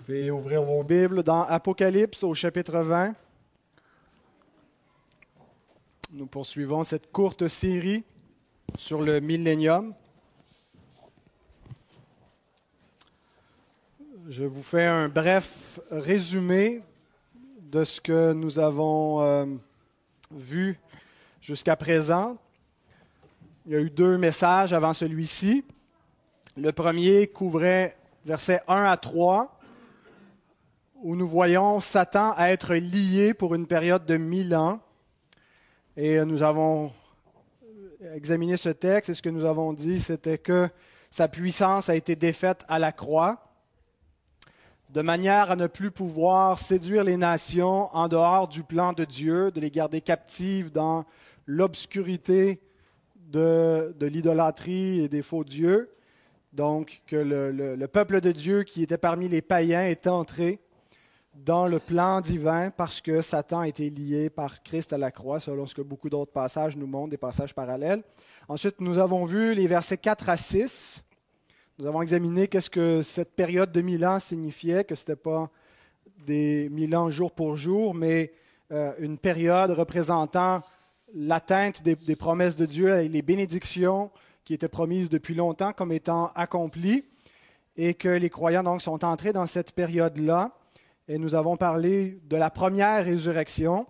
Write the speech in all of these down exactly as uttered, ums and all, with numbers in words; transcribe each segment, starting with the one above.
pouvez ouvrir vos Bibles dans Apocalypse au chapitre vingt. Nous poursuivons cette courte série sur le millénium. Je vous fais un bref résumé de ce que nous avons euh, vu jusqu'à présent. Il y a eu deux messages avant celui-ci. Le premier couvrait versets un à trois, où nous voyons Satan être lié pour une période de mille ans. Et nous avons examiné ce texte et ce que nous avons dit, c'était que sa puissance a été défaite à la croix, de manière à ne plus pouvoir séduire les nations en dehors du plan de Dieu, de les garder captives dans l'obscurité de, de l'idolâtrie et des faux dieux. Donc, que le, le, le peuple de Dieu qui était parmi les païens est entré dans le plan divin parce que Satan a été lié par Christ à la croix, selon ce que beaucoup d'autres passages nous montrent, des passages parallèles. Ensuite, nous avons vu les versets quatre à six. Nous avons examiné qu'est-ce que cette période de mille ans signifiait, que ce n'était pas des mille ans jour pour jour, mais euh, une période représentant l'atteinte des, des promesses de Dieu et les bénédictions qui étaient promises depuis longtemps comme étant accomplies, et que les croyants donc sont entrés dans cette période-là. Et nous avons parlé de la première résurrection.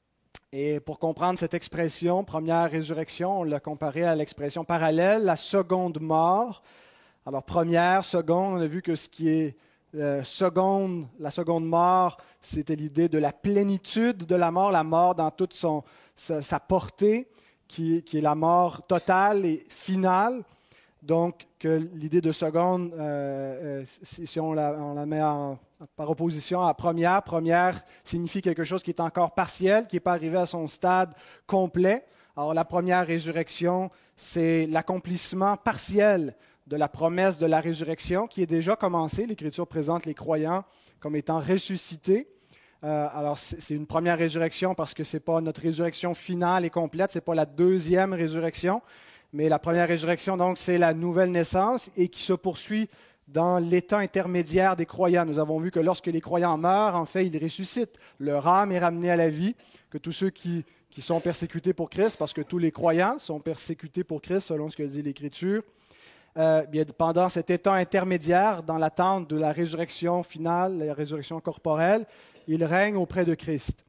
Et pour comprendre cette expression, première résurrection, on l'a comparée à l'expression parallèle, la seconde mort. Alors, première, seconde, on a vu que ce qui est euh, seconde, la seconde mort, c'était l'idée de la plénitude de la mort, la mort dans toute son, sa, sa portée, qui, qui est la mort totale et finale. Donc, que l'idée de seconde, euh, euh, si, si on, la, on la met en, par opposition à première, première signifie quelque chose qui est encore partiel, qui n'est pas arrivé à son stade complet. Alors, la première résurrection, c'est l'accomplissement partiel de la promesse de la résurrection qui est déjà commencée. L'Écriture présente les croyants comme étant ressuscités. Euh, alors, c'est, c'est une première résurrection parce que ce n'est pas notre résurrection finale et complète, ce n'est pas la deuxième résurrection. Mais la première résurrection, donc, c'est la nouvelle naissance et qui se poursuit dans l'état intermédiaire des croyants. Nous avons vu que lorsque les croyants meurent, en fait, ils ressuscitent. Leur âme est ramenée à la vie, que tous ceux qui, qui sont persécutés pour Christ, parce que tous les croyants sont persécutés pour Christ, selon ce que dit l'Écriture, euh, bien, pendant cet état intermédiaire, dans l'attente de la résurrection finale, la résurrection corporelle, ils règnent auprès de Christ.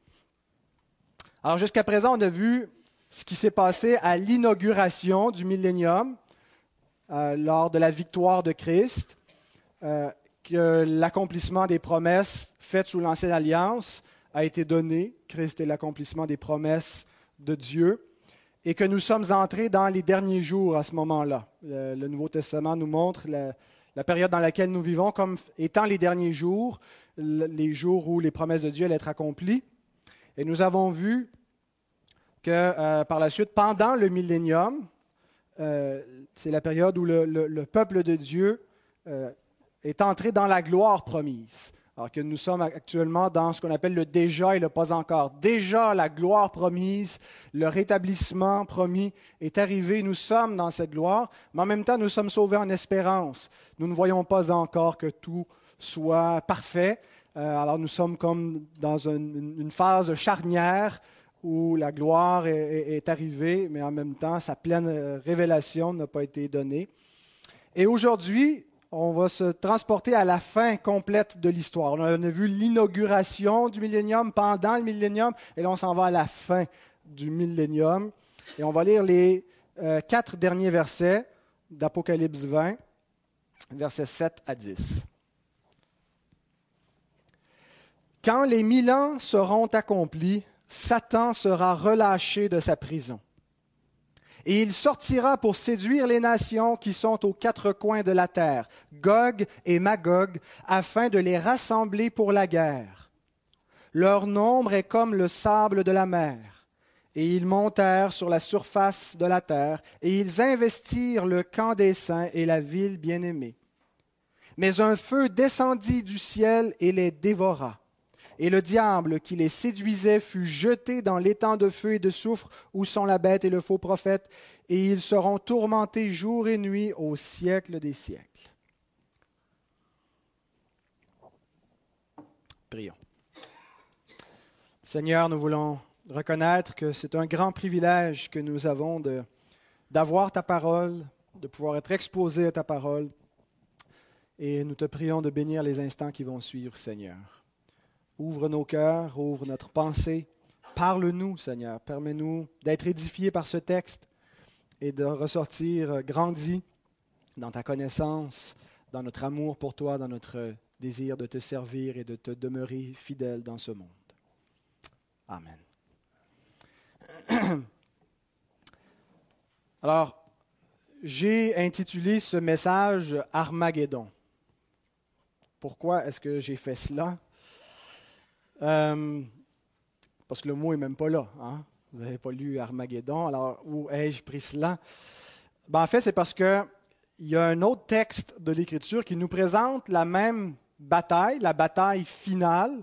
Alors, jusqu'à présent, on a vu ce qui s'est passé à l'inauguration du millénium, euh, lors de la victoire de Christ, euh, que l'accomplissement des promesses faites sous l'Ancienne Alliance a été donné. Christ est l'accomplissement des promesses de Dieu, et que nous sommes entrés dans les derniers jours à ce moment-là. Le, le Nouveau Testament nous montre la, la période dans laquelle nous vivons comme étant les derniers jours, les jours où les promesses de Dieu allaient être accomplies. Et nous avons vu que euh, par la suite, pendant le millénium, euh, c'est la période où le, le, le peuple de Dieu euh, est entré dans la gloire promise. Alors que nous sommes actuellement dans ce qu'on appelle le déjà et le pas encore. Déjà, la gloire promise, le rétablissement promis est arrivé. Nous sommes dans cette gloire, mais en même temps, nous sommes sauvés en espérance. Nous ne voyons pas encore que tout soit parfait. Euh, alors nous sommes comme dans une, une phase charnière où la gloire est, est, est arrivée, mais en même temps, sa pleine révélation n'a pas été donnée. Et aujourd'hui, on va se transporter à la fin complète de l'histoire. On a vu l'inauguration du millénium pendant le millénium, et là, on s'en va à la fin du millénium. Et on va lire les euh, quatre derniers versets d'Apocalypse vingt, versets sept à dix. « Quand les mille ans seront accomplis, Satan sera relâché de sa prison. Et il sortira pour séduire les nations qui sont aux quatre coins de la terre, Gog et Magog, afin de les rassembler pour la guerre. Leur nombre est comme le sable de la mer. Et ils montèrent sur la surface de la terre, et ils investirent le camp des saints et la ville bien-aimée. Mais un feu descendit du ciel et les dévora. Et le diable qui les séduisait fut jeté dans l'étang de feu et de soufre où sont la bête et le faux prophète, et ils seront tourmentés jour et nuit au siècle des siècles. » Prions. Seigneur, nous voulons reconnaître que c'est un grand privilège que nous avons de, d'avoir ta parole, de pouvoir être exposés à ta parole. Et nous te prions de bénir les instants qui vont suivre, Seigneur. Ouvre nos cœurs, ouvre notre pensée. Parle-nous, Seigneur. Permets-nous d'être édifiés par ce texte et de ressortir grandis dans ta connaissance, dans notre amour pour toi, dans notre désir de te servir et de te demeurer fidèle dans ce monde. Amen. Alors, j'ai intitulé ce message « Armageddon ». Pourquoi est-ce que j'ai fait cela? Euh, parce que le mot n'est même pas là. Hein? Vous n'avez pas lu Armageddon, alors où ai-je pris cela? Ben, en fait, c'est parce qu'il y a un autre texte de l'Écriture qui nous présente la même bataille, la bataille finale,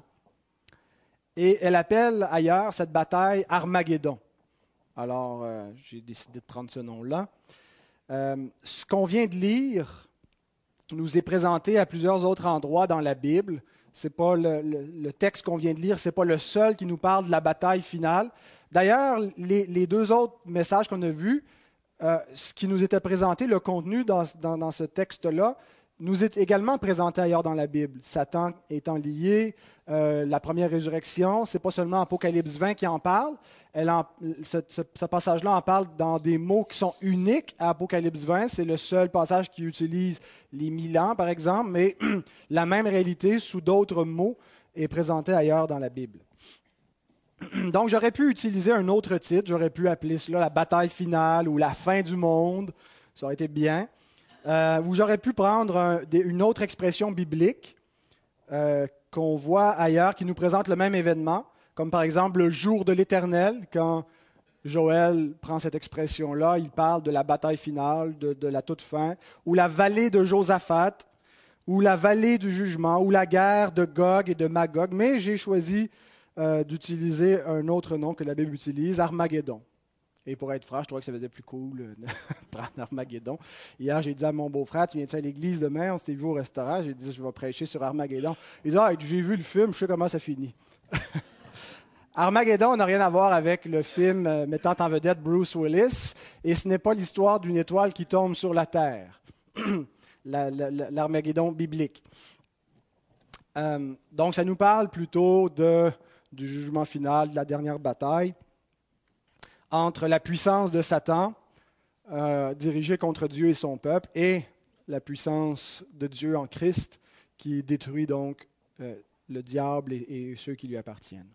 et elle appelle ailleurs cette bataille Armageddon. Alors, euh, j'ai décidé de prendre ce nom-là. Euh, ce qu'on vient de lire nous est présenté à plusieurs autres endroits dans la Bible. C'est pas le, le, le texte qu'on vient de lire, ce n'est pas le seul qui nous parle de la bataille finale. D'ailleurs, les, les deux autres messages qu'on a vus, euh, ce qui nous était présenté, le contenu dans, dans, dans ce texte-là, nous est également présenté ailleurs dans la Bible. Satan étant lié, euh, la première résurrection, ce n'est pas seulement Apocalypse vingt qui en parle. Elle en, ce, ce, ce passage-là en parle dans des mots qui sont uniques à Apocalypse vingt. C'est le seul passage qui utilise les mille ans, par exemple, mais la même réalité, sous d'autres mots, est présentée ailleurs dans la Bible. Donc, j'aurais pu utiliser un autre titre. J'aurais pu appeler cela la bataille finale ou la fin du monde. Ça aurait été bien. Euh, ou j'aurais pu prendre un, des, une autre expression biblique euh, qu'on voit ailleurs qui nous présente le même événement, comme par exemple le jour de l'Éternel, quand Joël prend cette expression-là, il parle de la bataille finale, de, de la toute fin, ou la vallée de Josaphat, ou la vallée du jugement, ou la guerre de Gog et de Magog, mais j'ai choisi euh, d'utiliser un autre nom que la Bible utilise, Armageddon. Et pour être franc, je trouvais que ça faisait plus cool de prendre Armageddon. Hier, j'ai dit à mon beau-frère, tu viens-tu à l'église demain? On s'est vu au restaurant. J'ai dit, je vais prêcher sur Armageddon. Il dit, ah, j'ai vu le film, je sais comment ça finit. Armageddon n'a rien à voir avec le film euh, mettant en vedette Bruce Willis. Et ce n'est pas l'histoire d'une étoile qui tombe sur la terre. la, la, la, L'Armageddon biblique. Euh, donc, ça nous parle plutôt de, du jugement final, de la dernière bataille entre la puissance de Satan, euh, dirigée contre Dieu et son peuple, et la puissance de Dieu en Christ, qui détruit donc euh, le diable et, et ceux qui lui appartiennent.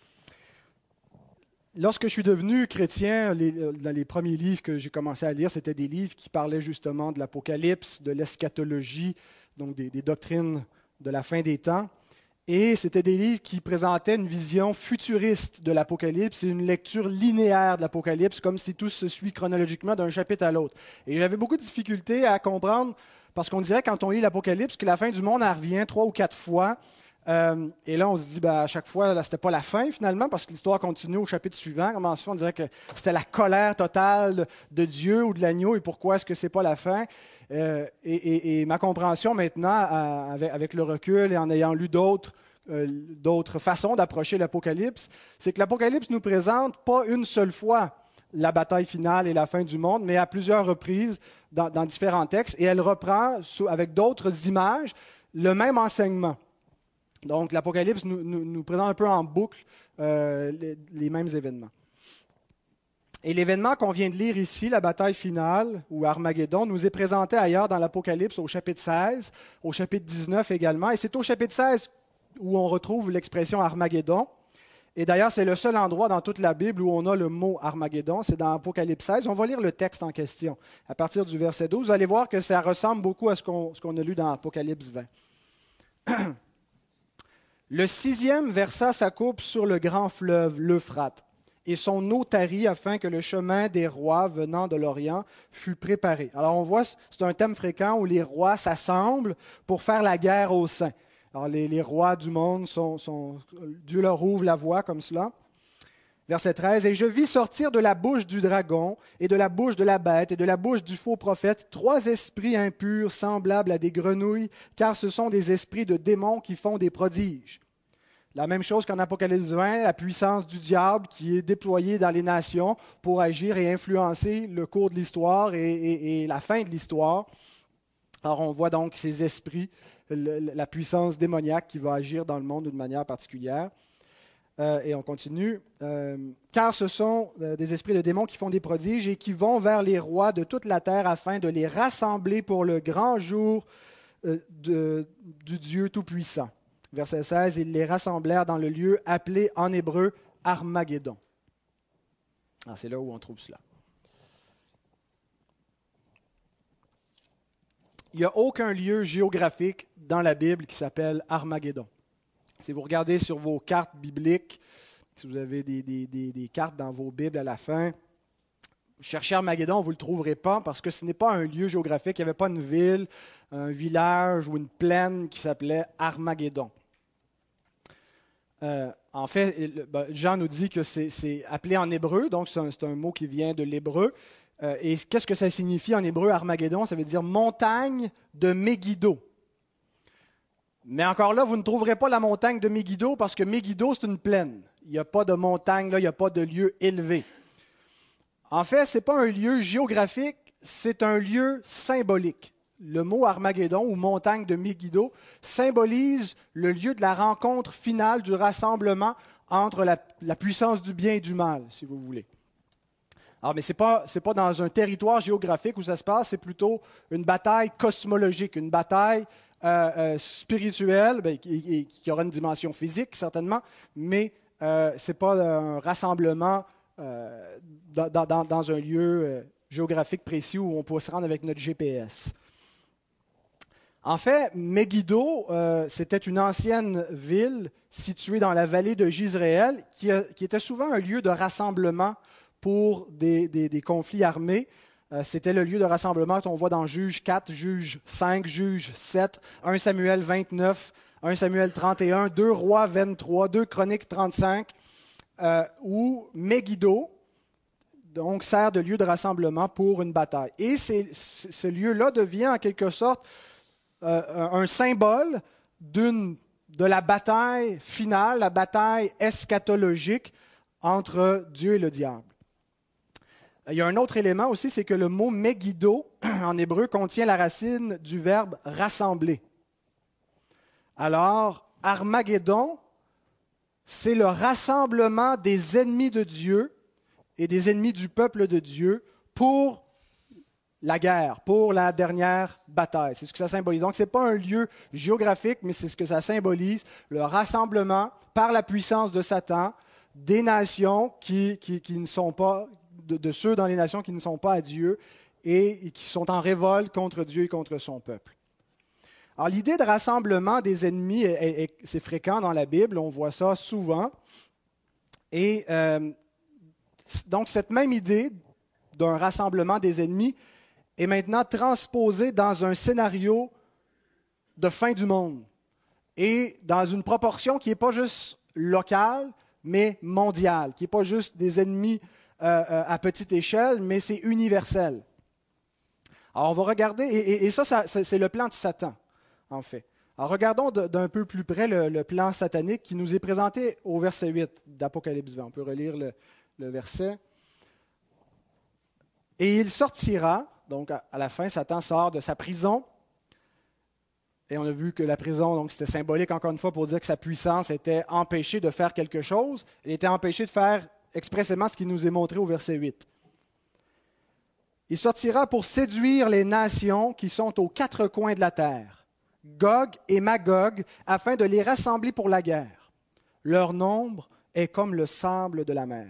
Lorsque je suis devenu chrétien, les, dans les premiers livres que j'ai commencé à lire, c'était des livres qui parlaient justement de l'Apocalypse, de l'eschatologie, donc des, des doctrines de la fin des temps. Et c'était des livres qui présentaient une vision futuriste de l'Apocalypse et une lecture linéaire de l'Apocalypse, comme si tout se suit chronologiquement d'un chapitre à l'autre. Et j'avais beaucoup de difficultés à comprendre, parce qu'on dirait quand on lit l'Apocalypse que la fin du monde elle revient trois ou quatre fois. Euh, et là, on se dit, ben, à chaque fois, là, c'était pas la fin finalement, parce que l'histoire continue au chapitre suivant. Comment se fait? On dirait que c'était la colère totale de Dieu ou de l'agneau, et pourquoi est-ce que c'est pas la fin? Euh, et, et, et ma compréhension maintenant, à, avec, avec le recul et en ayant lu d'autres, euh, d'autres façons d'approcher l'Apocalypse, c'est que l'Apocalypse nous présente pas une seule fois la bataille finale et la fin du monde, mais à plusieurs reprises dans, dans différents textes, et elle reprend, sous, avec d'autres images, le même enseignement. Donc, l'Apocalypse nous, nous, nous présente un peu en boucle euh, les, les mêmes événements. Et l'événement qu'on vient de lire ici, la bataille finale, ou Armageddon, nous est présenté ailleurs dans l'Apocalypse au chapitre seize, au chapitre dix-neuf également. Et c'est au chapitre seize où on retrouve l'expression Armageddon. Et d'ailleurs, c'est le seul endroit dans toute la Bible où on a le mot Armageddon, c'est dans Apocalypse seize. On va lire le texte en question. À partir du verset douze, vous allez voir que ça ressemble beaucoup à ce qu'on, ce qu'on a lu dans Apocalypse vingt. Le sixième versa sa coupe sur le grand fleuve, l'Euphrate, et son eau tarit afin que le chemin des rois venant de l'Orient fût préparé. Alors on voit, c'est un thème fréquent où les rois s'assemblent pour faire la guerre aux saints. Alors les, les rois du monde, sont, sont, Dieu leur ouvre la voie comme cela. Verset treize, « Et je vis sortir de la bouche du dragon et de la bouche de la bête et de la bouche du faux prophète trois esprits impurs semblables à des grenouilles, car ce sont des esprits de démons qui font des prodiges. La même chose qu'en Apocalypse vingt, la puissance du diable qui est déployée dans les nations pour agir et influencer le cours de l'histoire et, et, et la fin de l'histoire. Alors on voit donc ces esprits, le, la puissance démoniaque qui va agir dans le monde d'une manière particulière. Euh, et on continue. Euh, Car ce sont euh, des esprits de démons qui font des prodiges et qui vont vers les rois de toute la terre afin de les rassembler pour le grand jour euh, de, du Dieu Tout-Puissant. Verset seize, ils les rassemblèrent dans le lieu appelé en hébreu Armageddon. Alors, c'est là où on trouve cela. Il n'y a aucun lieu géographique dans la Bible qui s'appelle Armageddon. Si vous regardez sur vos cartes bibliques, si vous avez des, des, des, des cartes dans vos Bibles à la fin, cherchez Armageddon, vous ne le trouverez pas parce que ce n'est pas un lieu géographique. Il n'y avait pas une ville, un village ou une plaine qui s'appelait Armageddon. Euh, en fait, Jean nous dit que c'est, c'est appelé en hébreu, donc c'est un, c'est un mot qui vient de l'hébreu. Euh, et qu'est-ce que ça signifie en hébreu, Armageddon? Ça veut dire montagne de Megiddo. Mais encore là, vous ne trouverez pas la montagne de Megiddo parce que Megiddo, c'est une plaine. Il n'y a pas de montagne là, il n'y a pas de lieu élevé. En fait, ce n'est pas un lieu géographique, c'est un lieu symbolique. Le mot Armageddon ou montagne de Megiddo symbolise le lieu de la rencontre finale, du rassemblement entre la, la puissance du bien et du mal, si vous voulez. Alors, mais ce n'est pas, c'est pas dans un territoire géographique où ça se passe, c'est plutôt une bataille cosmologique, une bataille euh, euh, spirituelle, ben, qui, qui aura une dimension physique certainement, mais euh, ce n'est pas un rassemblement euh, dans, dans, dans un lieu euh, géographique précis où on peut se rendre avec notre G P S. En fait, Megiddo, euh, c'était une ancienne ville située dans la vallée de Jizréel qui, a, qui était souvent un lieu de rassemblement pour des, des, des conflits armés. Euh, c'était le lieu de rassemblement qu'on voit dans Juge quatre, Juge cinq, Juge sept, premier Samuel vingt-neuf, premier Samuel trente et un, deux Rois vingt-trois, deux Chroniques trente-cinq, euh, où Megiddo donc, sert de lieu de rassemblement pour une bataille. Et c'est, ce lieu-là devient en quelque sorte Euh, un symbole d'une, de la bataille finale, la bataille eschatologique entre Dieu et le diable. Il y a un autre élément aussi, c'est que le mot Megiddo, en hébreu, contient la racine du verbe rassembler. Alors, Armageddon, c'est le rassemblement des ennemis de Dieu et des ennemis du peuple de Dieu pour la guerre, pour la dernière bataille. C'est ce que ça symbolise. Donc, ce n'est pas un lieu géographique, mais c'est ce que ça symbolise, le rassemblement par la puissance de Satan des nations qui, qui, qui ne sont pas, de, de ceux dans les nations qui ne sont pas à Dieu et, et qui sont en révolte contre Dieu et contre son peuple. Alors, l'idée de rassemblement des ennemis, est, est, est, c'est fréquent dans la Bible, on voit ça souvent. Et euh, donc, cette même idée d'un rassemblement des ennemis est maintenant transposé dans un scénario de fin du monde et dans une proportion qui n'est pas juste locale, mais mondiale, qui n'est pas juste des ennemis euh, euh, à petite échelle, mais c'est universel. Alors, on va regarder, et, et, et ça, ça, c'est le plan de Satan, en fait. Alors, regardons de, d'un peu plus près le, le plan satanique qui nous est présenté au verset huit d'Apocalypse vingt. On peut relire le, le verset. « Et il sortira », donc à la fin, Satan sort de sa prison, et on a vu que la prison, donc c'était symbolique encore une fois pour dire que sa puissance était empêchée de faire quelque chose, elle était empêchée de faire expressément ce qui nous est montré au verset huit. Il sortira pour séduire les nations qui sont aux quatre coins de la terre, Gog et Magog, afin de les rassembler pour la guerre. Leur nombre est comme le sable de la mer.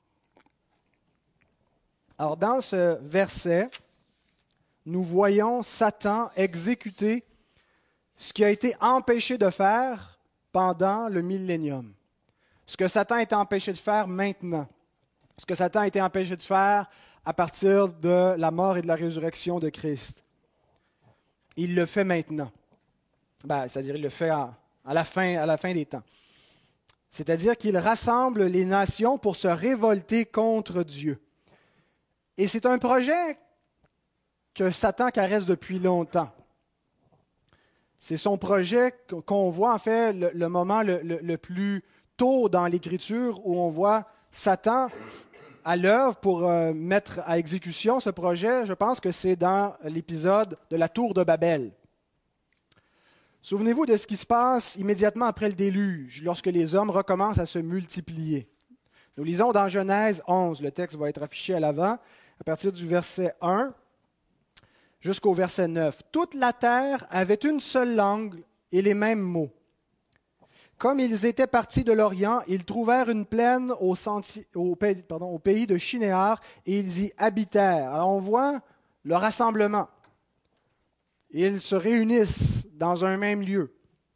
Alors, dans ce verset, nous voyons Satan exécuter ce qui a été empêché de faire pendant le millénium. Ce que Satan a été empêché de faire maintenant. Ce que Satan a été empêché de faire à partir de la mort et de la résurrection de Christ. Il le fait maintenant. Ben, c'est-à-dire, il le fait à, à, la fin, à la fin des temps. C'est-à-dire qu'il rassemble les nations pour se révolter contre Dieu. Et c'est un projet que Satan caresse depuis longtemps. C'est son projet qu'on voit, en fait, le, le moment le, le, le plus tôt dans l'Écriture où on voit Satan à l'œuvre pour euh, mettre à exécution ce projet. Je pense que c'est dans l'épisode de la tour de Babel. Souvenez-vous de ce qui se passe immédiatement après le déluge, lorsque les hommes recommencent à se multiplier. Nous lisons dans Genèse onze, le texte va être affiché à l'avant, à partir du verset un jusqu'au verset neuf. Toute la terre avait une seule langue et les mêmes mots. Comme ils étaient partis de l'Orient, ils trouvèrent une plaine au, senti, au, pays, pardon, au pays de Shinéar et ils y habitèrent. Alors on voit le rassemblement. Ils se réunissent dans un même lieu.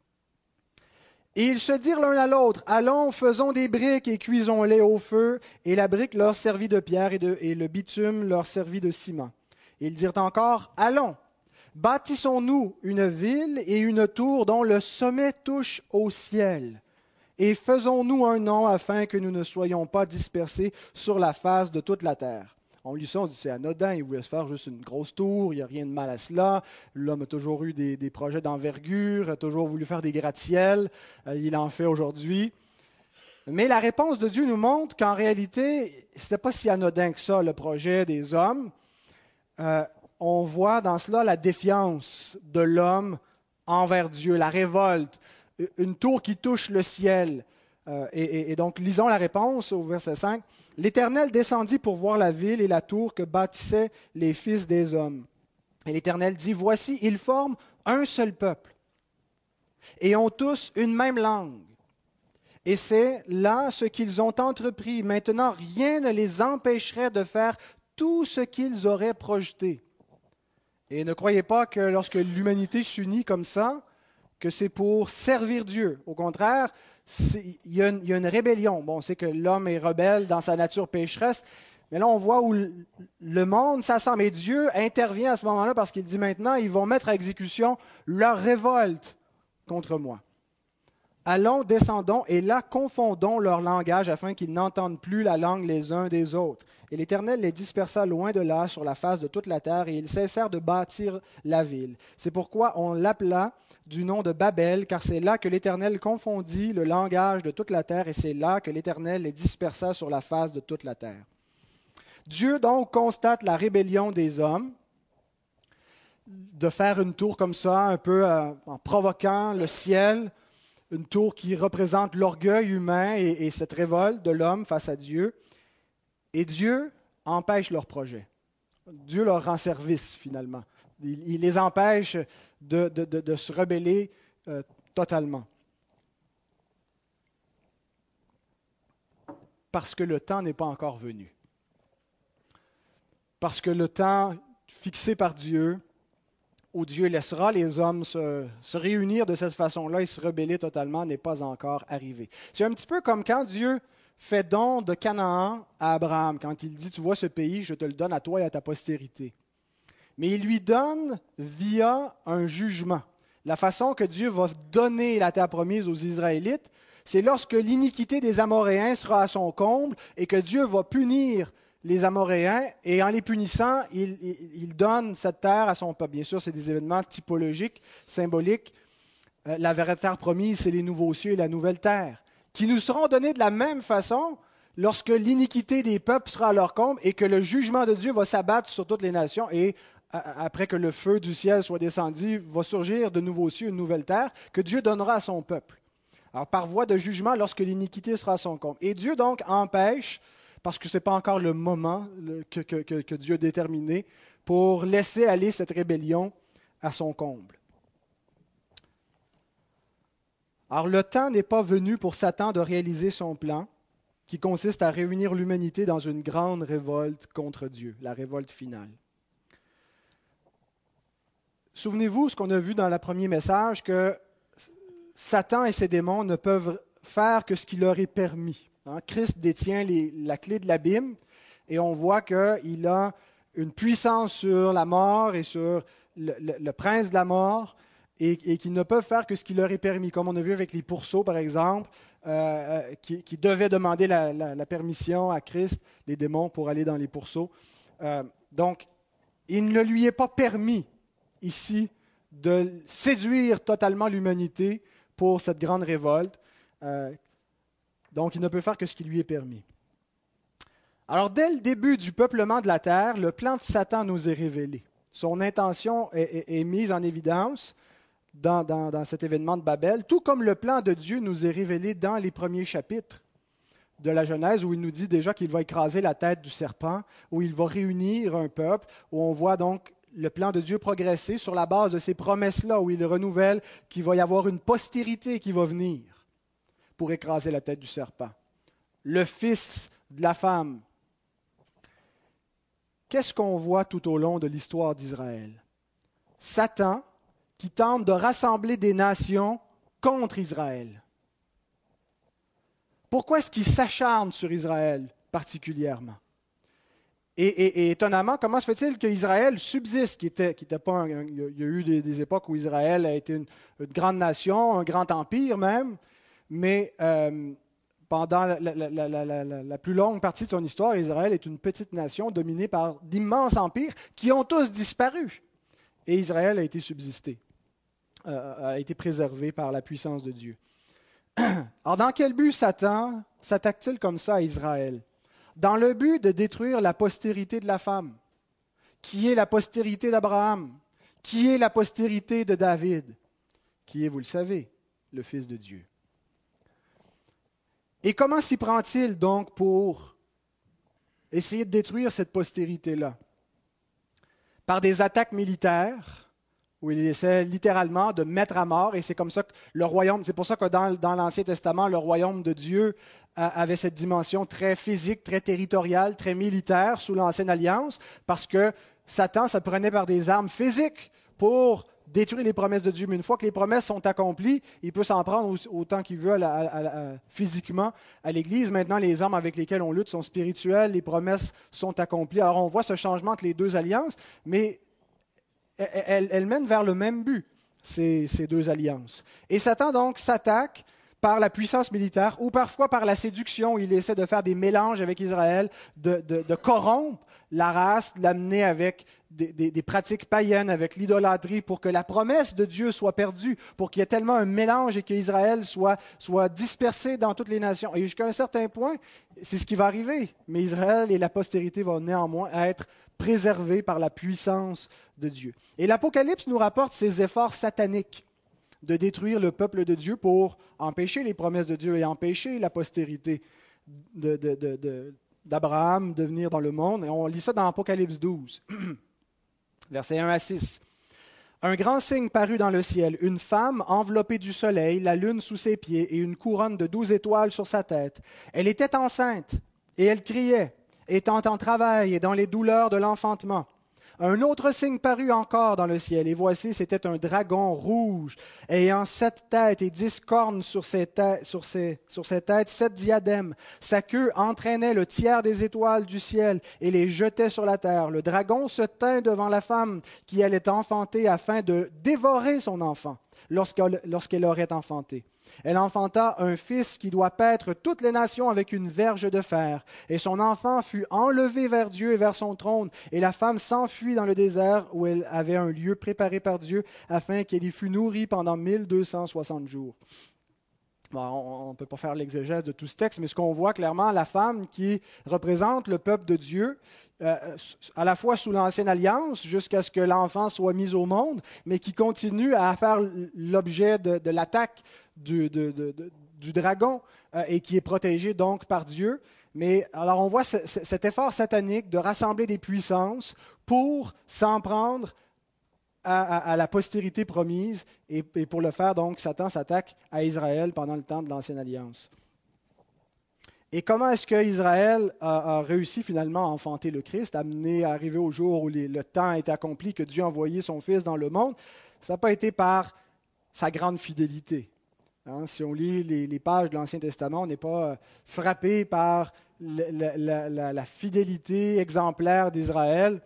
Et ils se dirent l'un à l'autre, « Allons, faisons des briques et cuisons-les au feu. » Et la brique leur servit de pierre et, de, et le bitume leur servit de ciment. Et ils dirent encore, « Allons, bâtissons-nous une ville et une tour dont le sommet touche au ciel. Et faisons-nous un nom afin que nous ne soyons pas dispersés sur la face de toute la terre. » On lit ça, on dit c'est anodin, il voulait se faire juste une grosse tour, il n'y a rien de mal à cela. L'homme a toujours eu des, des projets d'envergure, a toujours voulu faire des gratte-ciels, euh, il en fait aujourd'hui. Mais la réponse de Dieu nous montre qu'en réalité, ce n'était pas si anodin que ça, le projet des hommes. Euh, on voit dans cela la défiance de l'homme envers Dieu, la révolte, une tour qui touche le ciel. Euh, et, et, et donc, lisons la réponse au verset cinq. « L'Éternel descendit pour voir la ville et la tour que bâtissaient les fils des hommes. Et l'Éternel dit, voici, ils forment un seul peuple et ont tous une même langue. Et c'est là ce qu'ils ont entrepris. Maintenant, rien ne les empêcherait de faire tout ce qu'ils auraient projeté. » Et ne croyez pas que lorsque l'humanité s'unit comme ça, que c'est pour servir Dieu. Au contraire, il y, a une, il y a une rébellion. Bon, on sait que l'homme est rebelle dans sa nature pécheresse, mais là, on voit où le monde s'assemble. Et Dieu intervient à ce moment-là parce qu'il dit maintenant, ils vont mettre à exécution leur révolte contre moi. Allons, descendons, et là, confondons leur langage afin qu'ils n'entendent plus la langue les uns des autres. Et l'Éternel les dispersa loin de là, sur la face de toute la terre, et ils cessèrent de bâtir la ville. C'est pourquoi on l'appela du nom de Babel, car c'est là que l'Éternel confondit le langage de toute la terre, et c'est là que l'Éternel les dispersa sur la face de toute la terre. Dieu donc constate la rébellion des hommes, de faire une tour comme ça, un peu euh, en provoquant le ciel, une tour qui représente l'orgueil humain et, et cette révolte de l'homme face à Dieu. Et Dieu empêche leur projet. Dieu leur rend service, finalement. Il, il les empêche de, de, de, de se rebeller euh, totalement. Parce que le temps n'est pas encore venu. Parce que le temps fixé par Dieu, où Dieu laissera les hommes se, se réunir de cette façon-là et se rebeller totalement, n'est pas encore arrivé. C'est un petit peu comme quand Dieu fait don de Canaan à Abraham, quand il dit, tu vois ce pays, je te le donne à toi et à ta postérité. Mais il lui donne via un jugement. La façon que Dieu va donner la terre promise aux Israélites, c'est lorsque l'iniquité des Amoréens sera à son comble et que Dieu va punir les Amoréens, et en les punissant, il, il, il donne cette terre à son peuple. Bien sûr, c'est des événements typologiques, symboliques. Euh, la vraie terre promise, c'est les nouveaux cieux et la nouvelle terre, qui nous seront donnés de la même façon lorsque l'iniquité des peuples sera à leur comble et que le jugement de Dieu va s'abattre sur toutes les nations, et a, après que le feu du ciel soit descendu, va surgir de nouveaux cieux, une nouvelle terre, que Dieu donnera à son peuple. Alors, par voie de jugement, lorsque l'iniquité sera à son comble. Et Dieu, donc, empêche, parce que ce n'est pas encore le moment que, que, que, que Dieu a déterminé, pour laisser aller cette rébellion à son comble. Alors le temps n'est pas venu pour Satan de réaliser son plan, qui consiste à réunir l'humanité dans une grande révolte contre Dieu, la révolte finale. Souvenez-vous ce qu'on a vu dans le premier message, que Satan et ses démons ne peuvent faire que ce qui leur est permis. Christ détient les, la clé de l'abîme et on voit qu'il a une puissance sur la mort et sur le, le, le prince de la mort et, et qu'ils ne peuvent faire que ce qui leur est permis, comme on a vu avec les pourceaux par exemple, euh, qui, qui devaient demander la, la, la permission à Christ, les démons, pour aller dans les pourceaux. Euh, donc, il ne lui est pas permis ici de séduire totalement l'humanité pour cette grande révolte. Euh, donc, il ne peut faire que ce qui lui est permis. Alors, dès le début du peuplement de la terre, le plan de Satan nous est révélé. Son intention est, est, est mise en évidence dans, dans, dans cet événement de Babel, tout comme le plan de Dieu nous est révélé dans les premiers chapitres de la Genèse, où il nous dit déjà qu'il va écraser la tête du serpent, où il va réunir un peuple, où on voit donc le plan de Dieu progresser sur la base de ces promesses-là, où il renouvelle qu'il va y avoir une postérité qui va venir pour écraser la tête du serpent. Le fils de la femme. Qu'est-ce qu'on voit tout au long de l'histoire d'Israël? Satan qui tente de rassembler des nations contre Israël. Pourquoi est-ce qu'il s'acharne sur Israël particulièrement? Et, et, et étonnamment, comment se fait-il qu'Israël subsiste? Qui était, qui était pas un, il y a eu des, des époques où Israël a été une, une grande nation, un grand empire même, mais euh, pendant la, la, la, la, la, la plus longue partie de son histoire, Israël est une petite nation dominée par d'immenses empires qui ont tous disparu. Et Israël a été subsisté, euh, a été préservé par la puissance de Dieu. Alors, dans quel but Satan s'attaque-t-il comme ça à Israël? Dans le but de détruire la postérité de la femme, qui est la postérité d'Abraham, qui est la postérité de David, qui est, vous le savez, le Fils de Dieu. Et comment s'y prend-il donc pour essayer de détruire cette postérité-là? Par des attaques militaires, où il essaie littéralement de mettre à mort, et c'est comme ça que le royaume, c'est pour ça que dans, dans l'Ancien Testament, le royaume de Dieu euh, avait cette dimension très physique, très territoriale, très militaire sous l'Ancienne Alliance, parce que Satan se prenait par des armes physiques pour détruire les promesses de Dieu. Mais une fois que les promesses sont accomplies, il peut s'en prendre autant qu'il veut à la, à la, à, physiquement à l'Église. Maintenant, les armes avec lesquelles on lutte sont spirituelles, les promesses sont accomplies. Alors on voit ce changement entre les deux alliances, mais Elles, elles mènent vers le même but, ces, ces deux alliances. Et Satan, donc, s'attaque par la puissance militaire ou parfois par la séduction. Il essaie de faire des mélanges avec Israël, de, de, de corrompre la race, de l'amener avec des, des, des pratiques païennes, avec l'idolâtrie, pour que la promesse de Dieu soit perdue, pour qu'il y ait tellement un mélange et qu'Israël soit, soit dispersé dans toutes les nations. Et jusqu'à un certain point, c'est ce qui va arriver. Mais Israël et la postérité vont néanmoins être préservés par la puissance de Dieu. Et l'Apocalypse nous rapporte ces efforts sataniques de détruire le peuple de Dieu pour empêcher les promesses de Dieu et empêcher la postérité de, de, de, de, d'Abraham de venir dans le monde. Et on lit ça dans Apocalypse douze, versets un à six. Un grand signe parut dans le ciel, une femme enveloppée du soleil, la lune sous ses pieds et une couronne de douze étoiles sur sa tête. Elle était enceinte et elle criait, étant en travail et dans les douleurs de l'enfantement. Un autre signe parut encore dans le ciel, et voici, c'était un dragon rouge, ayant sept têtes et dix cornes sur ses, têtes, sur, ses, sur ses têtes, sept diadèmes. Sa queue entraînait le tiers des étoiles du ciel et les jetait sur la terre. Le dragon se tint devant la femme qui allait enfanter afin de dévorer son enfant lorsqu'elle, lorsqu'elle aurait enfanté. Elle enfanta un fils qui doit paître toutes les nations avec une verge de fer. Et son enfant fut enlevé vers Dieu et vers son trône. Et la femme s'enfuit dans le désert où elle avait un lieu préparé par Dieu afin qu'elle y fût nourrie pendant mille deux cent soixante jours. Bon, on ne peut pas faire l'exégèse de tout ce texte, mais ce qu'on voit clairement, la femme qui représente le peuple de Dieu, euh, à la fois sous l'Ancienne Alliance, jusqu'à ce que l'enfant soit mis au monde, mais qui continue à faire l'objet de, de l'attaque du, de, de, de, du dragon euh, et qui est protégée donc par Dieu. Mais alors on voit ce, ce, cet effort satanique de rassembler des puissances pour s'en prendre À, à, à la postérité promise, et, et pour le faire, donc, Satan s'attaque à Israël pendant le temps de l'Ancienne Alliance. Et comment est-ce qu'Israël a, a réussi finalement à enfanter le Christ, à amener, à arriver au jour où les, le temps est accompli, que Dieu a envoyé son Fils dans le monde? Ça n'a pas été par sa grande fidélité. Hein, si on lit les, les pages de l'Ancien Testament, on n'est pas frappé par la, la, la, la fidélité exemplaire d'Israël.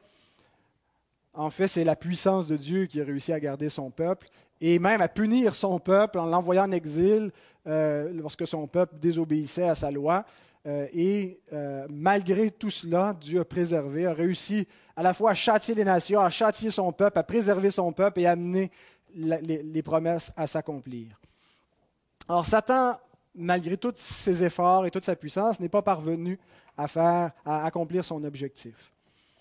En fait, c'est la puissance de Dieu qui a réussi à garder son peuple et même à punir son peuple en l'envoyant en exil euh, lorsque son peuple désobéissait à sa loi. Euh, et euh, malgré tout cela, Dieu a préservé, a réussi à la fois à châtier les nations, à châtier son peuple, à préserver son peuple et à amener la, les, les promesses à s'accomplir. Alors Satan, malgré tous ses efforts et toute sa puissance, n'est pas parvenu à, faire, à accomplir son objectif.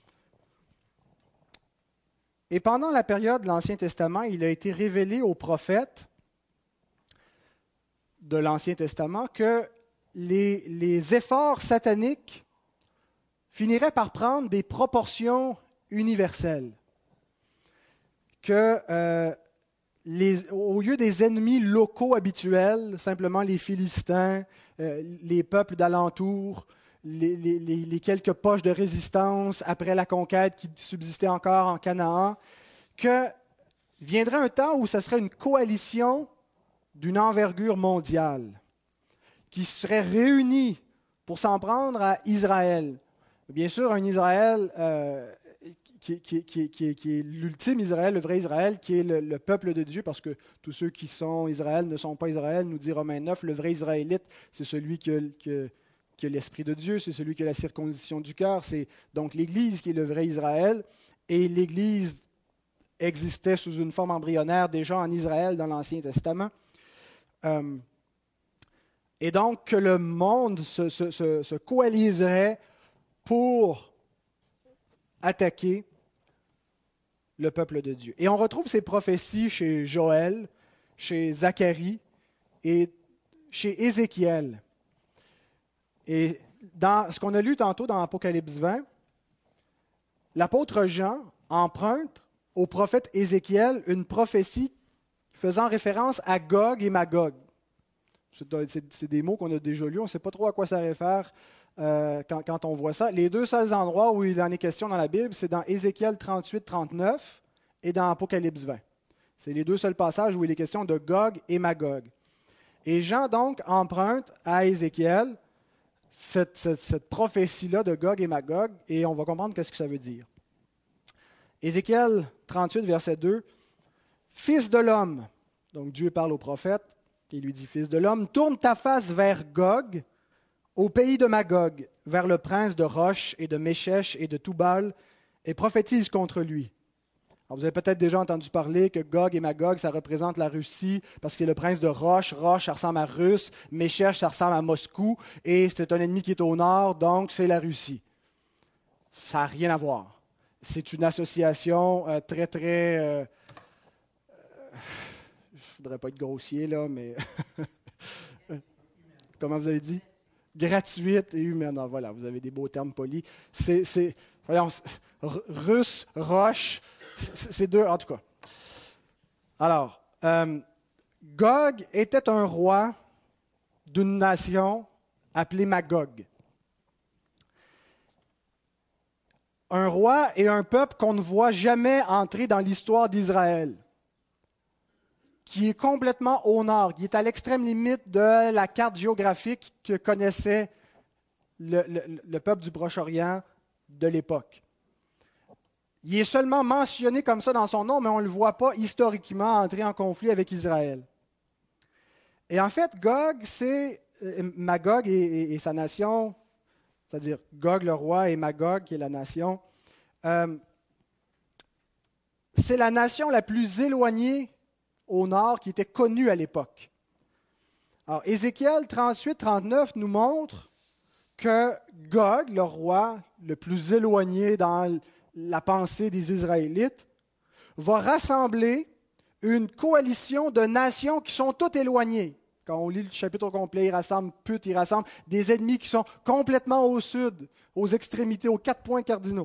Et pendant la période de l'Ancien Testament, il a été révélé aux prophètes de l'Ancien Testament que les, les efforts sataniques finiraient par prendre des proportions universelles. Que euh, les, au lieu des ennemis locaux habituels, simplement les Philistins, euh, les peuples d'alentour, les, les, les, les quelques poches de résistance après la conquête qui subsistaient encore en Canaan, que viendrait un temps où ce serait une coalition d'une envergure mondiale qui serait réunie pour s'en prendre à Israël. Bien sûr, un Israël euh, qui, qui, qui, qui, qui est l'ultime Israël, le vrai Israël, qui est le, le peuple de Dieu, parce que tous ceux qui sont Israël ne sont pas Israël, nous dit Romains neuf. Le vrai Israélite, c'est celui qui a, qui a, qui a l'Esprit de Dieu, c'est celui qui a la circoncision du cœur. C'est donc l'Église qui est le vrai Israël. Et l'Église existait sous une forme embryonnaire déjà en Israël dans l'Ancien Testament. Euh, et donc que le monde se, se, se, se coaliserait pour attaquer le peuple de Dieu. Et on retrouve ces prophéties chez Joël, chez Zacharie et chez Ézéchiel. Et dans ce qu'on a lu tantôt dans Apocalypse vingt, l'apôtre Jean emprunte au prophète Ézéchiel une prophétie faisant référence à Gog et Magog. C'est, c'est des mots qu'on a déjà lus, on ne sait pas trop à quoi ça réfère euh, quand, quand on voit ça. Les deux seuls endroits où il en est question dans la Bible, c'est dans Ézéchiel trente-huit trente-neuf et dans Apocalypse vingt. C'est les deux seuls passages où il est question de Gog et Magog. Et Jean donc emprunte à Ézéchiel cette, cette, cette prophétie-là de Gog et Magog, et on va comprendre qu'est-ce que ça veut dire. Ézéchiel trente-huit, verset deux. « Fils de l'homme », donc Dieu parle au prophète, il lui dit « Fils de l'homme, tourne ta face vers Gog, au pays de Magog, vers le prince de Roche et de Méchèche et de Toubal, et prophétise contre lui. » Alors, vous avez peut-être déjà entendu parler que Gog et Magog, ça représente la Russie, parce que le prince de Roche, Roche, ça ressemble à Russe, Méchèche, ça ressemble à Moscou, et c'est un ennemi qui est au nord, donc c'est la Russie. Ça n'a rien à voir. C'est une association euh, très, très... Euh, euh, je ne voudrais pas être grossier, là, mais... Comment vous avez dit? Gratuite et humaine. Ah, voilà, vous avez des beaux termes polis. C'est, c'est voyons, Russe, Roche, c'est, c'est deux, en tout cas. Alors, euh, Gog était un roi d'une nation appelée Magog. Un roi et un peuple qu'on ne voit jamais entrer dans l'histoire d'Israël, qui est complètement au nord, qui est à l'extrême limite de la carte géographique que connaissait le, le, le peuple du Proche-Orient de l'époque. Il est seulement mentionné comme ça dans son nom, mais on ne le voit pas historiquement entrer en conflit avec Israël. Et en fait, Gog, c'est Magog et, et, et sa nation, c'est-à-dire Gog le roi et Magog qui est la nation, euh, c'est la nation la plus éloignée au nord qui était connue à l'époque. Alors, Ézéchiel trente-huit trente-neuf nous montre que Gog, le roi le plus éloigné dans la pensée des Israélites, va rassembler une coalition de nations qui sont toutes éloignées. Quand on lit le chapitre au complet, il rassemble Put, il rassemble des ennemis qui sont complètement au sud, aux extrémités, aux quatre points cardinaux.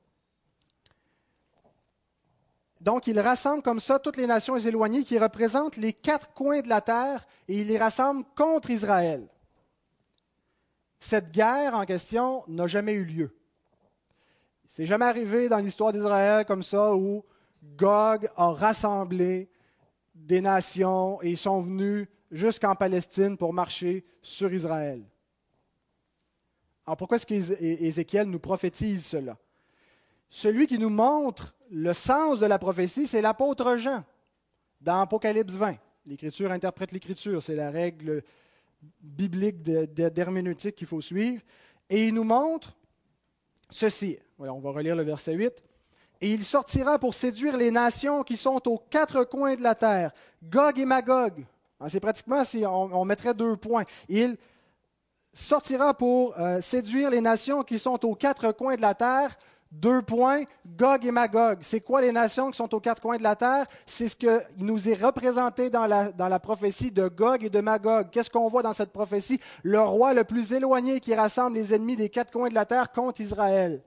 Donc, il rassemble comme ça toutes les nations éloignées qui représentent les quatre coins de la terre et il les rassemble contre Israël. Cette guerre en question n'a jamais eu lieu. C'est jamais arrivé dans l'histoire d'Israël comme ça où Gog a rassemblé des nations et ils sont venus jusqu'en Palestine pour marcher sur Israël. Alors pourquoi est-ce qu'Ézéchiel nous prophétise cela? Celui qui nous montre le sens de la prophétie, c'est l'apôtre Jean, dans Apocalypse vingt. L'Écriture interprète l'Écriture, c'est la règle biblique de, de, d'herméneutique qu'il faut suivre. Et il nous montre ceci. Voilà, on va relire le verset huit. « Et il sortira pour séduire les nations qui sont aux quatre coins de la terre, Gog et Magog. C'est pratiquement si on, on mettrait deux points. Il sortira pour euh, séduire les nations qui sont aux quatre coins de la terre, deux points, Gog et Magog. C'est quoi les nations qui sont aux quatre coins de la terre? C'est ce qui nous est représenté dans la, dans la prophétie de Gog et de Magog. Qu'est-ce qu'on voit dans cette prophétie? Le roi le plus éloigné qui rassemble les ennemis des quatre coins de la terre contre Israël,